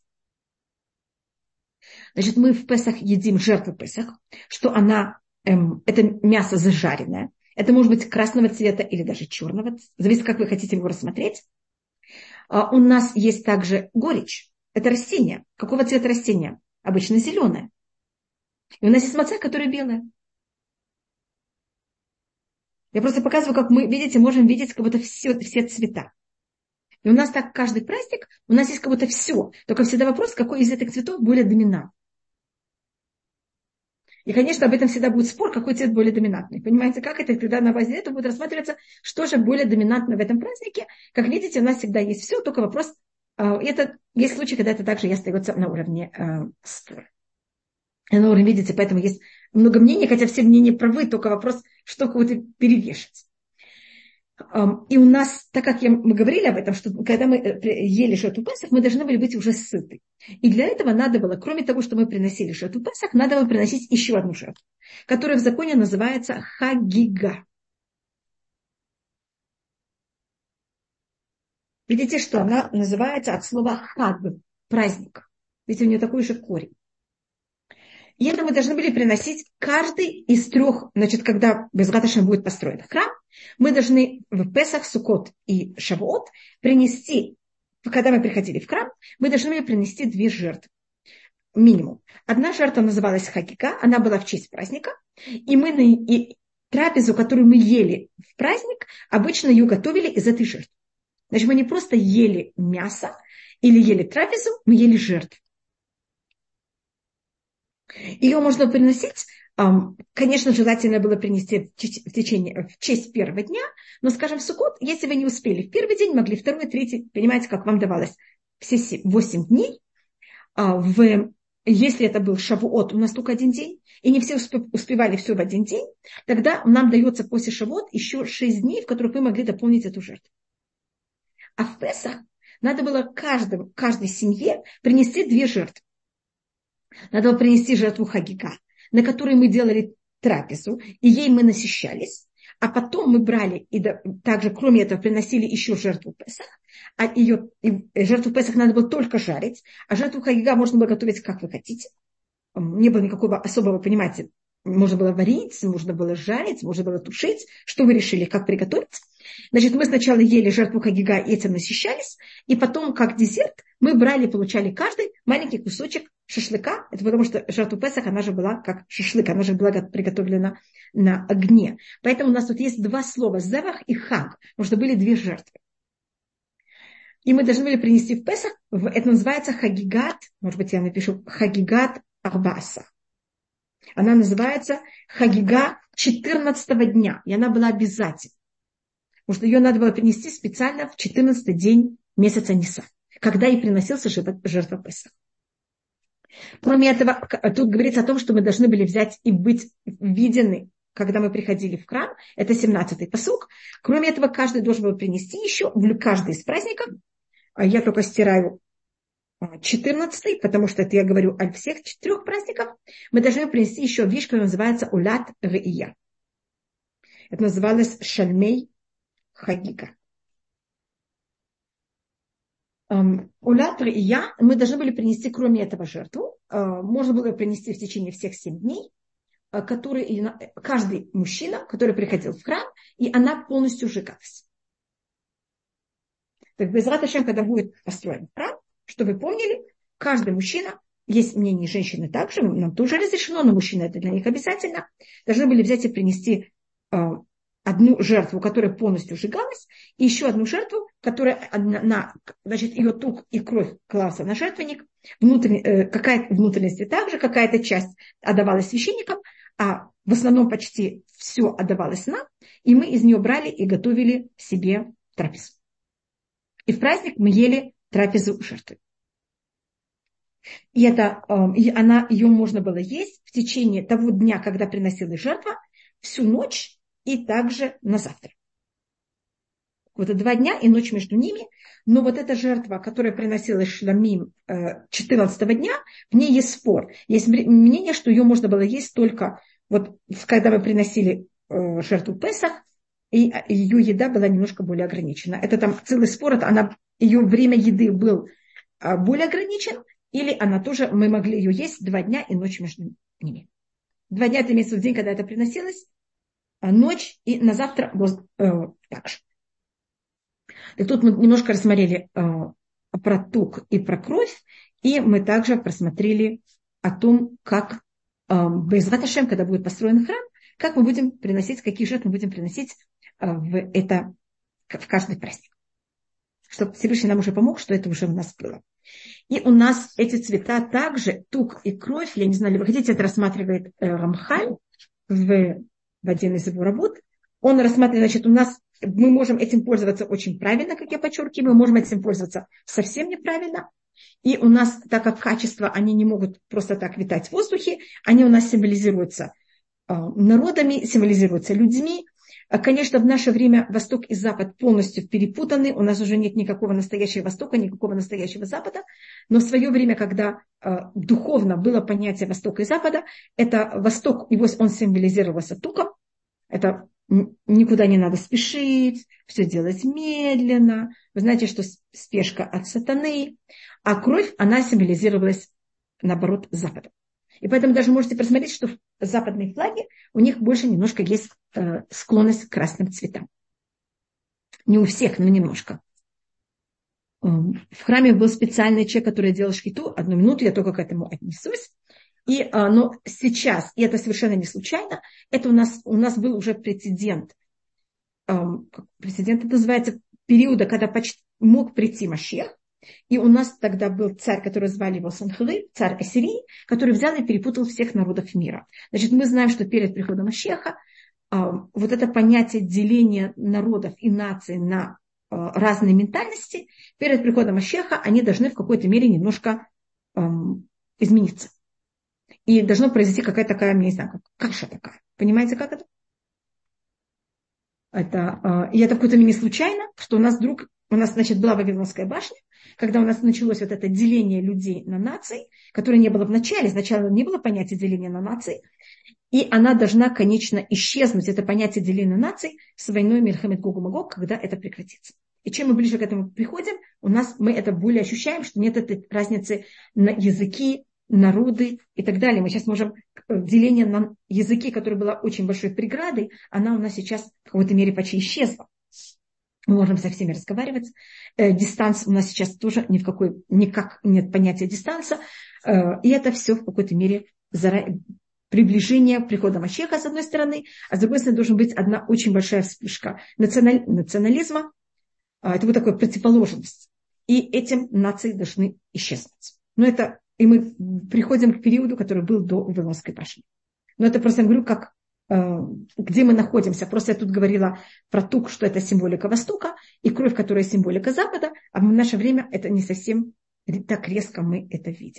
Значит, мы в Песах едим жертву Песах, что она, эм, это мясо зажаренное. Это может быть красного цвета или даже черного. Зависит, как вы хотите его рассмотреть. А у нас есть также горечь. Это растение. Какого цвета растение? Обычно зеленое. И у нас есть маца, которая белая. Я просто показываю, как мы, видите, можем видеть как будто все, все цвета. И у нас так каждый праздник, у нас есть как будто все. Только всегда вопрос, какой из этих цветов более доминантный. И, конечно, об этом всегда будет спор, какой цвет более доминантный. Понимаете, как это? Когда на базе этого будет рассматриваться, что же более доминантно в этом празднике. Как видите, у нас всегда есть все, только вопрос, это есть случаи, когда это также и остается на уровне э, спора. На уровне, видите, поэтому есть много мнений, хотя все мнения правы, только вопрос, что кого-то перевешивать. И у нас, так как я, мы говорили об этом, что когда мы ели жертву Песах, мы должны были быть уже сыты. И для этого надо было, кроме того, что мы приносили жертву Песах, надо было приносить еще одну жертву, которая в законе называется хагига. Видите, что она называется от слова хаг, праздник. Видите, у нее такой же корень. И это мы должны были приносить каждый из трех, значит, когда Безрат Ашем будет построен храм, мы должны в Песах, Суккот и Шавуот принести, когда мы приходили в храм, мы должны были принести две жертвы. Минимум. Одна жертва называлась Хагига, она была в честь праздника, и мы и трапезу, которую мы ели в праздник, обычно ее готовили из этой жертвы. Значит, мы не просто ели мясо или ели трапезу, мы ели жертву. Ее можно приносить, конечно, желательно было принести в течение, в честь первого дня, но, скажем, в Суккот, если вы не успели в первый день, могли второй, третий, понимаете, как вам давалось все восемь дней. В, если это был Шавуот, у нас только один день, и не все успевали все в один день, тогда нам дается после Шавуот еще шесть дней, в которых вы могли дополнить эту жертву. А в Песах надо было каждому, каждой семье принести две жертвы. Надо было принести жертву Хагига, на которой мы делали трапезу, и ей мы насыщались, а потом мы брали, и также, кроме этого, приносили еще жертву Песах, а ее, и жертву Песах надо было только жарить, а жертву Хагига можно было готовить, как вы хотите. Не было никакого особого, понимаете, можно было варить, можно было жарить, можно было тушить, что вы решили, как приготовить. Значит, мы сначала ели жертву хагига, этим насыщались, и потом, как десерт, мы брали, получали каждый маленький кусочек шашлыка. Это потому что жертва Песах, она же была как шашлык, она же была приготовлена на огне. Поэтому у нас тут есть два слова, зевах и хаг, потому что были две жертвы. И мы должны были принести в Песах, это называется хагигат, может быть, я напишу хагигат арбаса. Она называется хагига четырнадцатого дня, и она была обязательна. Потому что ее надо было принести специально в четырнадцатый день месяца Нисан, когда и приносился жертва Песах. Кроме этого, тут говорится о том, что мы должны были взять и быть видены, когда мы приходили в храм. Это семнадцатый пасук. Кроме этого, каждый должен был принести еще, каждый из праздников. Я только стираю четырнадцатый, потому что это я говорю о всех четырех праздниках. Мы должны принести еще вещь, которая называется улат реия. Это называлось шальмей хагига. Улат реия мы должны были принести, кроме этого, жертву. Можно было принести в течение всех семь дней, который, каждый мужчина, который приходил в храм, и она полностью сжигалась. Так, Безрат Ашем, когда будет построен храм, что вы помнили, каждый мужчина, есть мнение женщины также, нам тоже разрешено, но мужчины это для них обязательно, должны были взять и принести э, одну жертву, которая полностью сжигалась, и еще одну жертву, которая, на, значит, ее тук и кровь клался на жертвенник, внутренне, э, какая-то внутренности также, какая-то часть отдавалась священникам, а в основном почти все отдавалось нам, и мы из нее брали и готовили себе трапезу. И в праздник мы ели трапезу жертвы. И, это, и она, ее можно было есть в течение того дня, когда приносилась жертва, всю ночь и также на завтра. Вот это два дня и ночь между ними. Но вот эта жертва, которая приносилась шламим четырнадцатого дня, в ней есть спор. Есть мнение, что ее можно было есть только вот, когда мы приносили жертву Песах, и ее еда была немножко более ограничена. Это там целый спор, это она, ее время еды был более ограничен, или она тоже, мы могли ее есть два дня и ночь между ними. Два дня это имеется в день, когда это приносилось, а ночь и на завтра э, так же. И тут мы немножко рассмотрели э, про тук и про кровь, и мы также просмотрели о том, как э, Безрат Ашем, когда будет построен храм, как мы будем приносить, какие жертвы мы будем приносить в это, в каждый праздник. Чтобы Всевышний нам уже помог, что это уже у нас было. И у нас эти цвета также, тук и кровь, я не знаю, ли вы хотите, это рассматривает э, Рамхаль в, в один из его работ. Он рассматривает, значит, у нас, мы можем этим пользоваться очень правильно, как я подчеркиваю, мы можем этим пользоваться совсем неправильно. И у нас, так как качества, они не могут просто так витать в воздухе, они у нас символизируются э, народами, символизируются людьми. Конечно, в наше время Восток и Запад полностью перепутаны, у нас уже нет никакого настоящего Востока, никакого настоящего Запада, но в свое время, когда э, духовно было понятие Востока и Запада, это Восток, его, он символизировался туком, это никуда не надо спешить, все делать медленно, вы знаете, что спешка от сатаны, а кровь, она символизировалась, наоборот, Западом. И поэтому даже можете посмотреть, что в западной флаге у них больше немножко есть э, склонность к красным цветам. Не у всех, но немножко. В храме был специальный человек, который делал шкиту. Одну минуту, я только к этому отнесусь. И, э, но сейчас, и это совершенно не случайно, это у нас, у нас был уже прецедент. Э, прецедент это называется периода, когда почти мог прийти Машиах. И у нас тогда был царь, который звали его Санхериб, царь Ассирии, который взял и перепутал всех народов мира. Значит, мы знаем, что перед приходом Машиаха а, вот это понятие деления народов и наций на а, разные ментальности, перед приходом Машиаха они должны в какой-то мере немножко а, измениться. И должно произойти какая-то такая, не знаю, как каша такая. Понимаете, как это? Это а, и это в какой-то мере не случайно, что у нас вдруг, у нас, значит, была Вавилонская башня, когда у нас началось вот это деление людей на нации, которое не было в начале, сначала не было понятия деления на нации, и она должна, конечно, исчезнуть, это понятие деления на нации, с войной Мильхамет Гог и Магог, когда это прекратится. И чем мы ближе к этому приходим, у нас мы это более ощущаем, что нет этой разницы на языки, народы и так далее. Мы сейчас можем, деление на языки, которое было очень большой преградой, она у нас сейчас в какой-то мере почти исчезла. Мы можем со всеми разговаривать. Э, дистанция у нас сейчас тоже ни в какой, никак нет понятия дистанция. Э, и это все в какой-то мере зара... приближение прихода Машеха, с одной стороны, а с другой стороны должна быть одна очень большая вспышка националь... национализма. Э, это будет такая противоположность. И этим нации должны исчезнуть. Но это, и мы приходим к периоду, который был до Вавилонской башни. Но это просто я говорю, как где мы находимся. Просто я тут говорила про тук, что это символика Востока, и кровь, которая символика Запада, а в наше время это не совсем так резко мы это видим.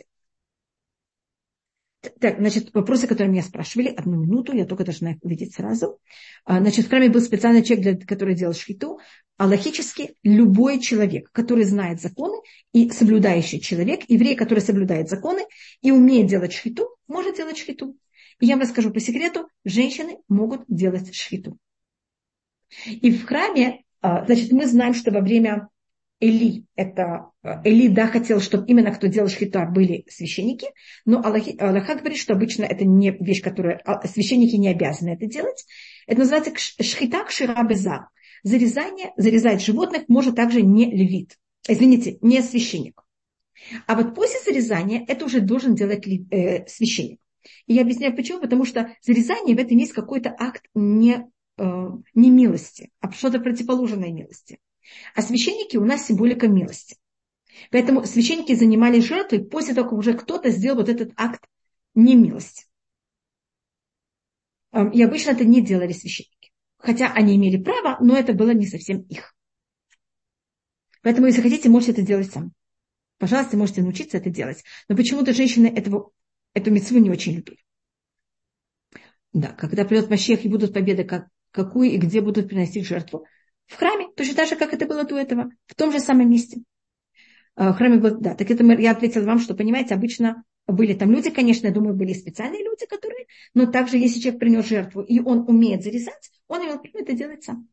Так, значит, вопросы, которые меня спрашивали, одну минуту, я только должна их увидеть сразу. Значит, в храме был специальный человек, для, который делал шхиту. А логически любой человек, который знает законы, и соблюдающий человек, еврей, который соблюдает законы и умеет делать шхиту, может делать шхиту. И я вам расскажу по секрету, женщины могут делать шхиту. И в храме, значит, мы знаем, что во время Эли, это Эли, да, хотел, чтобы именно кто делал шхиту были священники, но Аллаха говорит, что обычно это не вещь, которую священники не обязаны это делать. Это называется шхита кшира беза. Зарезание, зарезать животных может также не левит, извините, не священник. А вот после зарезания это уже должен делать э, священник. И я объясняю почему, потому что зарезание в этом есть какой-то акт не, э, не милости, а что-то противоположное милости. А священники у нас символика милости. Поэтому священники занимались жертвой после того, как уже кто-то сделал вот этот акт немилости. Э, и обычно это не делали священники. Хотя они имели право, но это было не совсем их. Поэтому, если хотите, можете это делать сами. Пожалуйста, можете научиться это делать. Но почему-то женщины этого, эту мицву не очень любили. Да, когда придет Машех и будут победы, как, какую и где будут приносить жертву? В храме, точно так же, как это было до этого, в том же самом месте. В храме был, да, так это я ответила вам, что, понимаете, обычно были там люди, конечно, я думаю, были специальные люди, которые, но также, если человек принес жертву, и он умеет зарезать, он имел право это делать сам.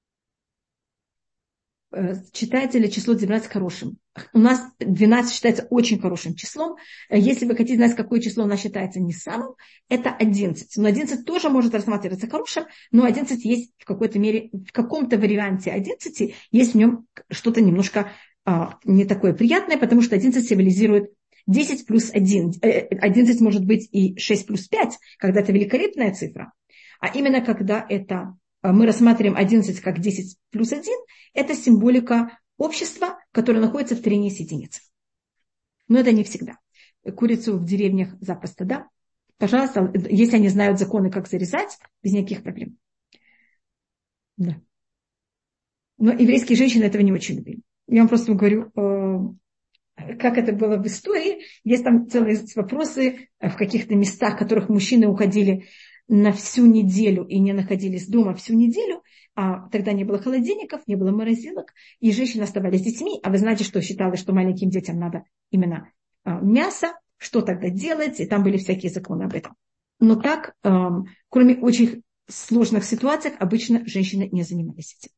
Считается ли число двенадцать хорошим? У нас двенадцать считается очень хорошим числом. Если вы хотите знать, какое число у нас считается не самым, это одиннадцать. Но одиннадцать тоже может рассматриваться хорошим, но одиннадцать есть в какой-то мере, в каком-то варианте одиннадцати есть в нем что-то немножко а, не такое приятное, потому что одиннадцать символизирует десять плюс один. одиннадцать может быть и шесть плюс пять, когда это великолепная цифра. А именно когда это мы рассматриваем одиннадцать как десять плюс один, это символика общества, которое находится в трении с единицей. Но это не всегда. Курицу в деревнях запросто, да? Пожалуйста, если они знают законы, как зарезать, без никаких проблем. Да. Но еврейские женщины этого не очень любили. Я вам просто говорю, как это было в истории. Есть там целые вопросы в каких-то местах, в которых мужчины уходили на всю неделю и не находились дома всю неделю, а тогда не было холодильников, не было морозилок, и женщины оставались с детьми, а вы знаете, что считалось, что маленьким детям надо именно а, мясо, что тогда делать, и там были всякие законы об этом. Но так, а, кроме очень сложных ситуаций, обычно женщины не занимались этим.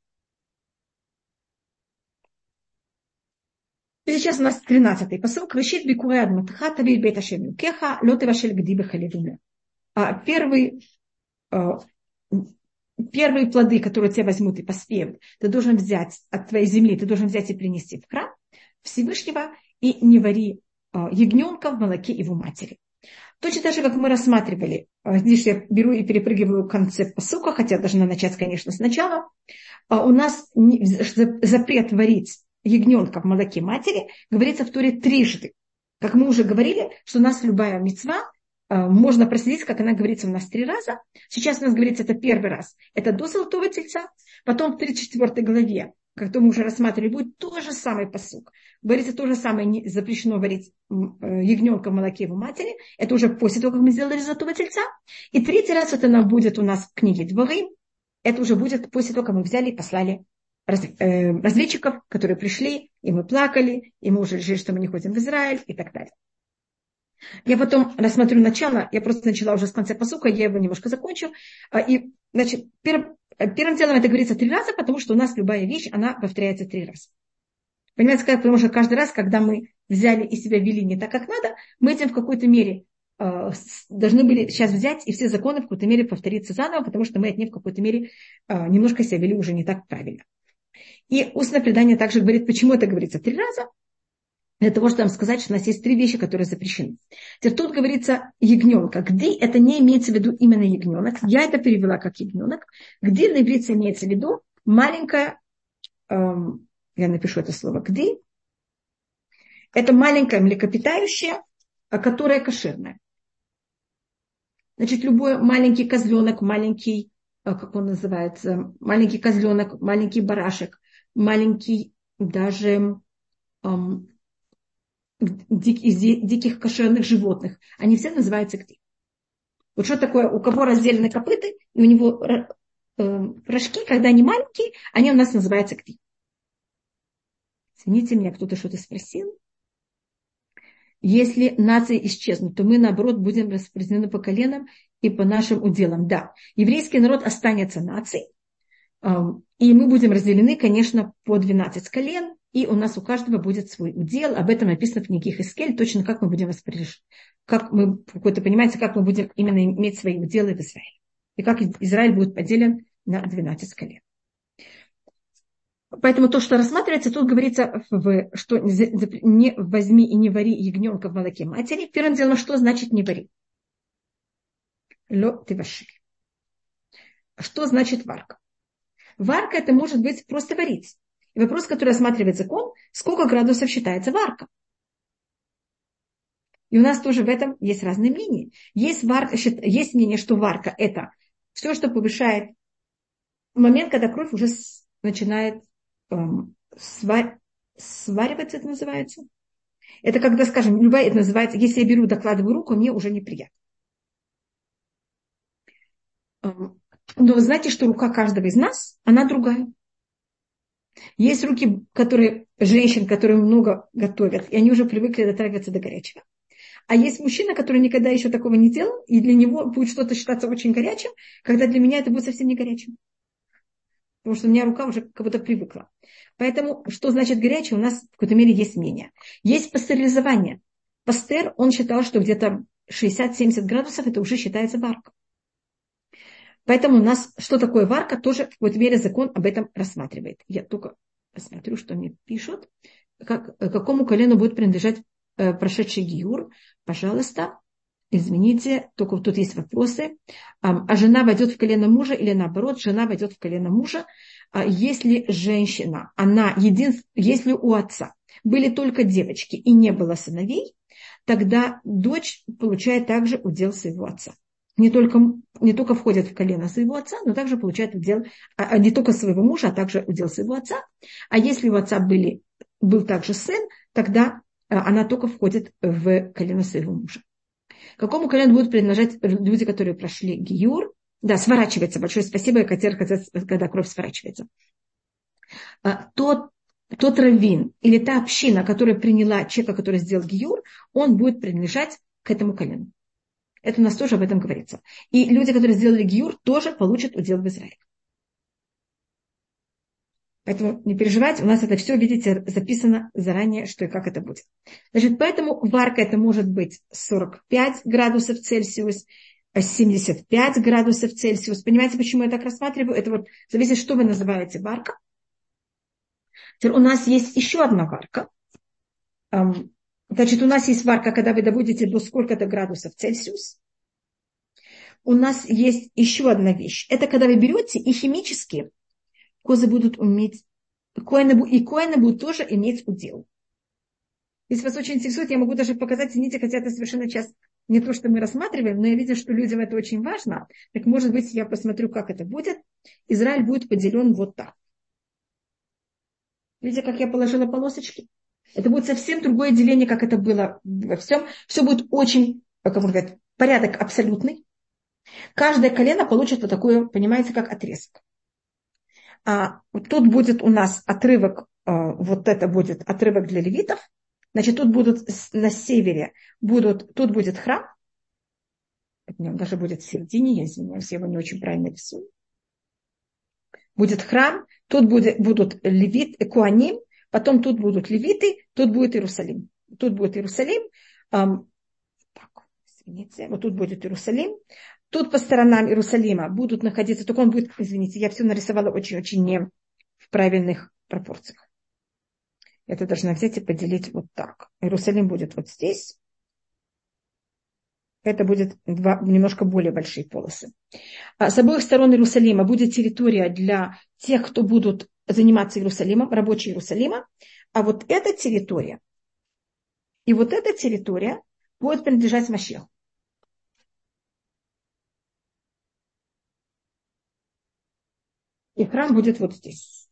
И сейчас у нас тринадцатый посылк. Решит бикуре адматха тавид бейт Ашем юкеха лот вашель гди бехалидуме. Первый Первые плоды, которые тебя возьмут и поспеют, ты должен взять от твоей земли, ты должен взять и принести в храм Всевышнего, и не вари ягненка в молоке его матери. Точно так же, как мы рассматривали, здесь я беру и перепрыгиваю концепт пасука, хотя должна начать, конечно, сначала. У нас запрет варить ягненка в молоке матери говорится в Торе трижды. Как мы уже говорили, что у нас любая мицва, можно проследить, как она говорится у нас три раза. Сейчас у нас говорится это первый раз. Это до золотого тельца. Потом в тридцать четвёртой главе, как мы уже рассматривали, будет тот же самый пасук. Говорится то же самое, запрещено варить ягненка в молоке его матери. Это уже после того, как мы сделали золотого тельца. И третий раз это нам будет у нас в книге Дворим. Это уже будет после того, как мы взяли и послали разведчиков, которые пришли, и мы плакали, и мы уже решили, что мы не ходим в Израиль, и так далее. Я потом рассмотрю начало, я просто начала уже с конца пасука, я его немножко закончу. И, значит, первым, первым делом это говорится три раза, потому что у нас любая вещь, она повторяется три раза. Понимаете, как? Потому что каждый раз, когда мы взяли и себя вели не так, как надо, мы этим в какой-то мере э, должны были сейчас взять и все законы в какой-то мере повториться заново, потому что мы от них в какой-то мере э, немножко себя вели уже не так правильно. И устное предание также говорит, почему это говорится три раза, для того, чтобы нам сказать, что у нас есть три вещи, которые запрещены. Теперь тут говорится ягненка. Гди это не имеется в виду именно ягненок. Я это перевела как ягненок. Гди на иврите имеется в виду маленькая, эм, я напишу это слово гди, это маленькое млекопитающее, которое кошерное. Значит, любой маленький козленок, маленький, как он называется, маленький козленок, маленький барашек, маленький даже эм, дик, из диких кошерных животных, они все называются гди. Вот что такое, у кого разделены копыты, и у него э, рожки, когда они маленькие, они у нас называются гди. Извините меня, кто-то что-то спросил. Если нации исчезнут, то мы, наоборот, будем распределены по коленам и по нашим уделам. Да, еврейский народ останется нацией, и мы будем разделены, конечно, по двенадцать колен, и у нас у каждого будет свой удел. Об этом написано в книге Хескель, точно как мы будем распоряжаться, как мы, какой-то, понимаете, как мы будем именно иметь свои уделы в Израиле. И как Израиль будет поделен на двенадцать колен. Поэтому то, что рассматривается, тут говорится, в, что не возьми и не вари ягненка в молоке матери. Первым делом, что значит не вари? Ло ты ваши. Что значит варка? Варка это может быть просто варить. И вопрос, который рассматривает закон, сколько градусов считается варка? И у нас тоже в этом есть разные мнения. Есть, варка, есть мнение, что варка это все, что повышает момент, когда кровь уже начинает Свар... свариваться, это называется. Это когда, скажем, любая, это называется, если я беру, докладываю руку, мне уже неприятно. Но вы знаете, что рука каждого из нас, она другая. Есть руки, которые, женщин, которые много готовят, и они уже привыкли дотрагиваться до горячего. А есть мужчина, который никогда еще такого не делал, и для него будет что-то считаться очень горячим, когда для меня это будет совсем не горячим. Потому что у меня рука уже как будто привыкла. Поэтому, что значит горячее, у нас в какой-то мере есть мнение. Есть пастеризование. Пастер, он считал, что где-то шестьдесят-семьдесят градусов, это уже считается варка. Поэтому у нас, что такое варка, тоже в какой-то мере закон об этом рассматривает. Я только посмотрю, что мне пишут. Как, какому колену будет принадлежать э, прошедший гиюр. Пожалуйста. Извините, только тут есть вопросы. А жена войдет в колено мужа или наоборот, жена войдет в колено мужа. Если женщина, она единственная, если у отца были только девочки и не было сыновей, тогда дочь получает также удел своего отца. Не только, не только входит в колено своего отца, но также получает удел, не только своего мужа, а также удел своего отца. А если у отца были, был также сын, тогда она только входит в колено своего мужа. Какому колену будут принадлежать люди, которые прошли гиюр? Да, сворачивается. Большое спасибо, когда кровь сворачивается. Тот, тот раввин или та община, которая приняла человека, который сделал гиюр, он будет принадлежать к этому колену. Это у нас тоже об этом говорится. И люди, которые сделали гиюр, тоже получат удел в Израиле. Поэтому не переживайте, у нас это все, видите, записано заранее, что и как это будет. Значит, поэтому варка это может быть сорок пять градусов Цельсиус, семьдесят пять градусов Цельсиус. Понимаете, почему я так рассматриваю? Это вот зависит, что вы называете варка. Теперь у нас есть еще одна варка. Значит, у нас есть варка, когда вы доводите до сколько-то градусов Цельсиус. У нас есть еще одна вещь. Это когда вы берете и химически козы будут уметь, коины, и коины будут тоже иметь удел. Если вас очень интересует, я могу даже показать, извините, хотя это совершенно сейчас не то, что мы рассматриваем, но я вижу, что людям это очень важно. Так, может быть, я посмотрю, как это будет. Израиль будет поделен вот так. Видите, как я положила полосочки? Это будет совсем другое деление, как это было во всем. Все будет очень, как можно сказать, порядок абсолютный. Каждое колено получит вот такое, понимаете, как отрезок. А тут будет у нас отрывок, вот это будет отрывок для левитов. Значит, тут будут на севере, будут, тут будет храм. Он даже будет в середине, я извиняюсь, я его не очень правильно рисую. Будет храм, тут будет, будут левит, куаним, потом тут будут левиты, тут будет Иерусалим. Тут будет Иерусалим. Эм, так, извините, вот тут будет Иерусалим. Тут по сторонам Иерусалима будут находиться, только он будет, извините, я все нарисовала очень-очень не, правильных пропорциях. Это должна взять и поделить вот так. Иерусалим будет вот здесь. Это будет два немножко более большие полосы. А с обоих сторон Иерусалима будет территория для тех, кто будут заниматься Иерусалимом, рабочие Иерусалима. А вот эта территория и вот эта территория будет принадлежать Машеху. И храм будет вот здесь.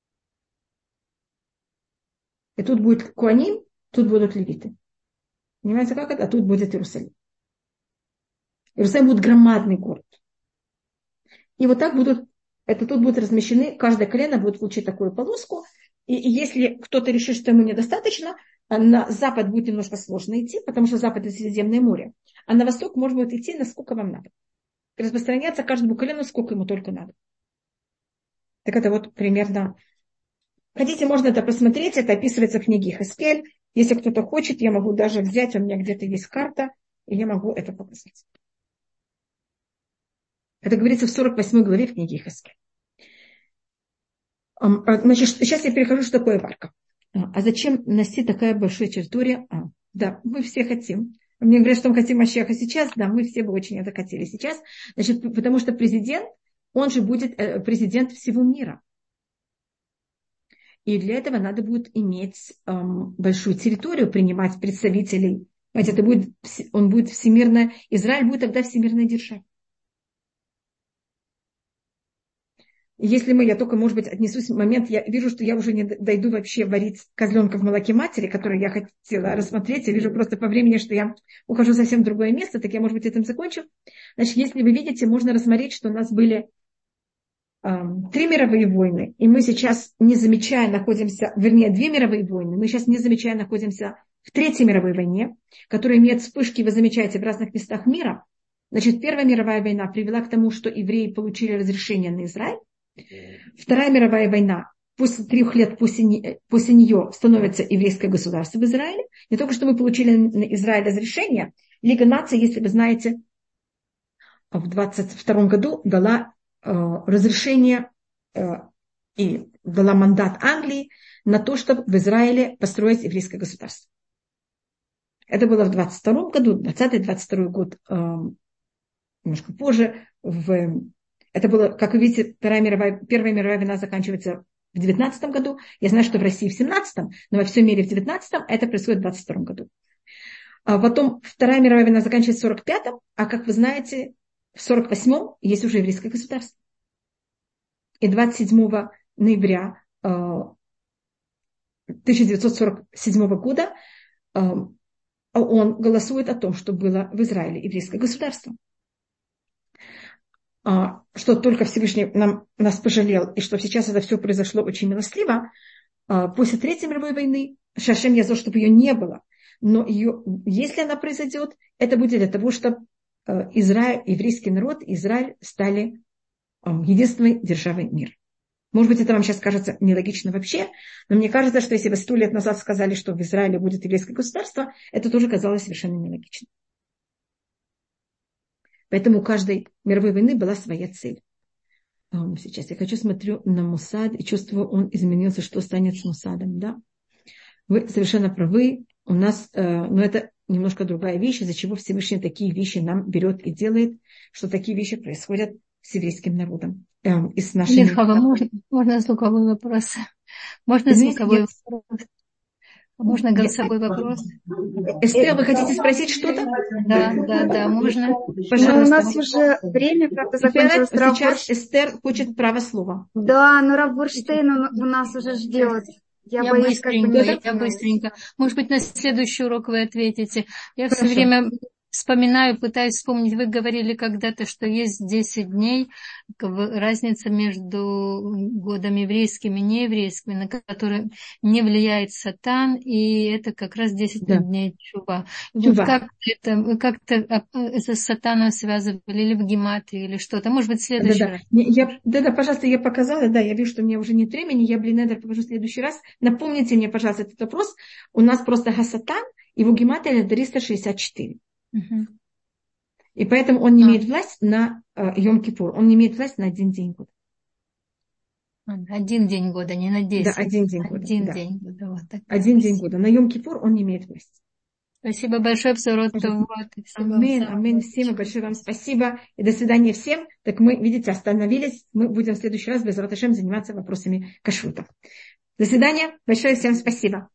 И тут будет Коаним, тут будут левиты. Понимаете, как это? А тут будет Иерусалим. Иерусалим будет громадный город. И вот так будут, это тут будут размещены, каждое колено будет получить такую полоску. И, и если кто-то решит, что ему недостаточно, на запад будет немножко сложно идти, потому что запад – это Средиземное море. А на восток можно будет идти, насколько вам надо. Распространяться каждому колену, сколько ему только надо. Так это вот примерно... Хотите, можно это посмотреть, это описывается в книге Йехескель. Если кто-то хочет, я могу даже взять, у меня где-то есть карта, и я могу это показать. Это говорится в сорок восьмой главе в книге Йехескель. Значит, сейчас я перехожу, что такое варка. А зачем носить такая большая территория? А, да, мы все хотим. Мне говорят, что мы хотим Машеха сейчас. Да, мы все бы очень это хотели сейчас. Значит, потому что президент, он же будет президент всего мира. И для этого надо будет иметь эм, большую территорию, принимать представителей. Знаете, это будет, он будет всемирно, Израиль будет тогда всемирной державой. Если мы, я только, может быть, отнесусь в момент, я вижу, что я уже не дойду вообще варить козленка в молоке матери, который я хотела рассмотреть. Я вижу просто по времени, что я ухожу совсем в другое место, так я, может быть, этим закончу. Значит, если вы видите, можно рассмотреть, что у нас были Три мировые войны, и мы сейчас, не замечая, находимся, вернее, две мировые войны, мы сейчас, не замечая, находимся в Третьей мировой войне, которая имеет вспышки, вы замечаете, в разных местах мира. Значит, Первая мировая война привела к тому, что евреи получили разрешение на Израиль. Вторая мировая война, после трех лет после, после нее становится еврейское государство в Израиле. Не только что мы получили на Израиль разрешение, Лига наций, если вы знаете, в двадцать втором году дала разрешение и дала мандат Англии на то, чтобы в Израиле построить еврейское государство. Это было в двадцать втором году, двадцатый двадцать второй год, немножко позже. В... Это было, как вы видите, Первая мировая, Первая мировая война заканчивается в девятнадцатом году. Я знаю, что в России в семнадцатом, но во всем мире в девятнадцатом, это происходит в двадцать втором году. А потом Вторая мировая война заканчивается в сорок пятом, а как вы знаете, в сорок восьмом есть уже еврейское государство. И двадцать седьмого ноября тысяча девятьсот сорок седьмого года он голосует о том, что было в Израиле еврейское государство. Что только Всевышний нам, нас пожалел, и что сейчас это все произошло очень милостливо. После Третьей мировой войны, Шашем Язор, чтобы ее не было, но ее, если она произойдет, это будет для того, чтобы Израиль, еврейский народ, Израиль стали единственной державой мира. Может быть, это вам сейчас кажется нелогично вообще, но мне кажется, что если бы сто лет назад сказали, что в Израиле будет еврейское государство, это тоже казалось совершенно нелогично. Поэтому у каждой мировой войны была своя цель. Сейчас я хочу смотрю на Мусад и чувствую, он изменился, что станет с Мусадом. Да? Вы совершенно правы. У нас, но это немножко другая вещь, из-за чего Всевышний такие вещи нам берет и делает, что такие вещи происходят с еврейским народом. Эм, и с нашими... Лихава, можно, можно звуковой вопрос? Можно Извините, звуковой я... вопрос? Можно голосовой я... вопрос? Эстер, вы хотите спросить что-то? Да, да, да, можно. Пожалуйста. Но у нас уже время как-то закончилось. Сейчас Эстер хочет право слова. Да, но Рав Бурштейн у нас уже ждет. Я, я боюсь, быстренько, как бы... я быстренько. Может быть, на следующий урок вы ответите. Я Хорошо. все время вспоминаю, пытаюсь вспомнить. Вы говорили когда-то, что есть десять дней, разница между годом еврейским и нееврейским, на которые не влияет Сатан, и это как раз десять да. дней чува. Вот как это, как-то это с Сатаном связывали, или в гематрии, или что-то. Может быть, в следующий да, да. раз. Я, да, да, пожалуйста, я показала, да, я вижу, что у меня уже нет времени, я Блинедер покажу в следующий раз. Напомните мне, пожалуйста, этот вопрос. У нас просто Хасатан, его гематрия триста шестьдесят четыре. Угу. И поэтому он не а. имеет власть на э, Йом-Кипур. Он не имеет власть на один день года. Один день года, не на десять. Да, один день года. Один да. день года. Вот так. Один день года. На Йом-Кипур он не имеет власти. Спасибо большое, Псарот Товот. Амин, амин. Всем большое вам спасибо. И до свидания всем. Так мы, видите, остановились. Мы будем в следующий раз без Раташем заниматься вопросами кашрута. До свидания. Большое всем спасибо.